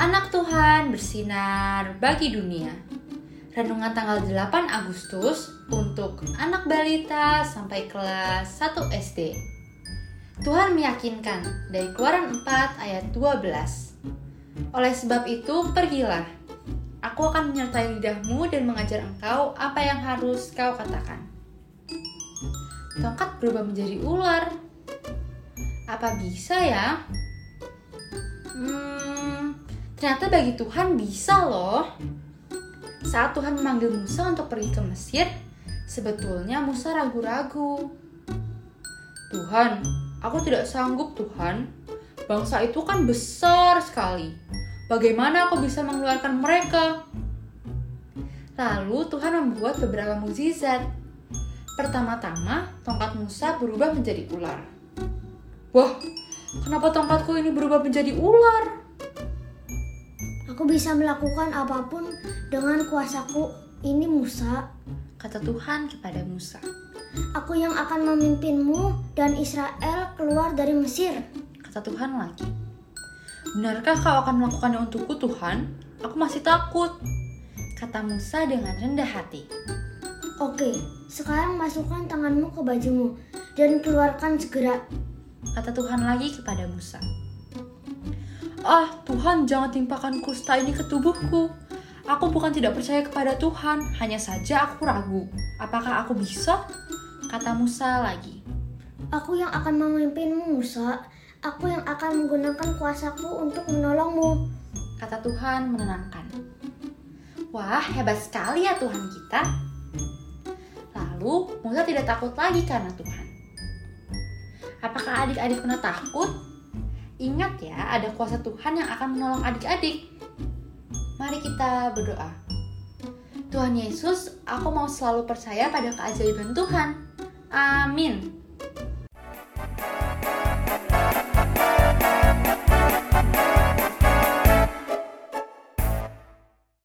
anak Tuhan bersinar bagi dunia. Renungan tanggal 8 Agustus untuk anak balita sampai kelas 1 SD. Tuhan meyakinkan dari Keluaran 4 ayat 12. Oleh sebab itu, pergilah. Aku akan menyertai lidahmu dan mengajar engkau apa yang harus kau katakan. Tongkat berubah menjadi ular. Apa bisa ya? Ternyata bagi Tuhan bisa loh. Saat Tuhan memanggil Musa untuk pergi ke Mesir, sebetulnya Musa ragu-ragu. Tuhan, aku tidak sanggup Tuhan. Bangsa itu kan besar sekali. Bagaimana aku bisa mengeluarkan mereka? Lalu Tuhan membuat beberapa mukjizat. Pertama-tama, tongkat Musa berubah menjadi ular. Wah, kenapa tongkatku ini berubah menjadi ular? Aku bisa melakukan apapun dengan kuasaku ini, Musa, Kata Tuhan kepada Musa. Aku yang akan memimpinmu dan Israel keluar dari Mesir. Kata Tuhan lagi. Benarkah kau akan melakukannya untukku Tuhan? Aku masih takut. Kata Musa dengan rendah hati. Oke, sekarang masukkan tanganmu ke bajumu dan keluarkan segera. Kata Tuhan lagi kepada Musa. Ah, Tuhan, jangan timpakan kusta ini ke tubuhku. Aku bukan tidak percaya kepada Tuhan, hanya saja aku ragu. Apakah aku bisa? Kata Musa lagi. Aku yang akan memimpinmu, Musa. Aku yang akan menggunakan kuasaku untuk menolongmu. Kata Tuhan menenangkan. Wah, hebat sekali ya Tuhan kita. Lalu Musa tidak takut lagi karena Tuhan. Apakah adik-adik pernah takut? Ingat ya, ada kuasa Tuhan yang akan menolong adik-adik. Mari kita berdoa. Tuhan Yesus, aku mau selalu percaya pada keajaiban Tuhan. Amin.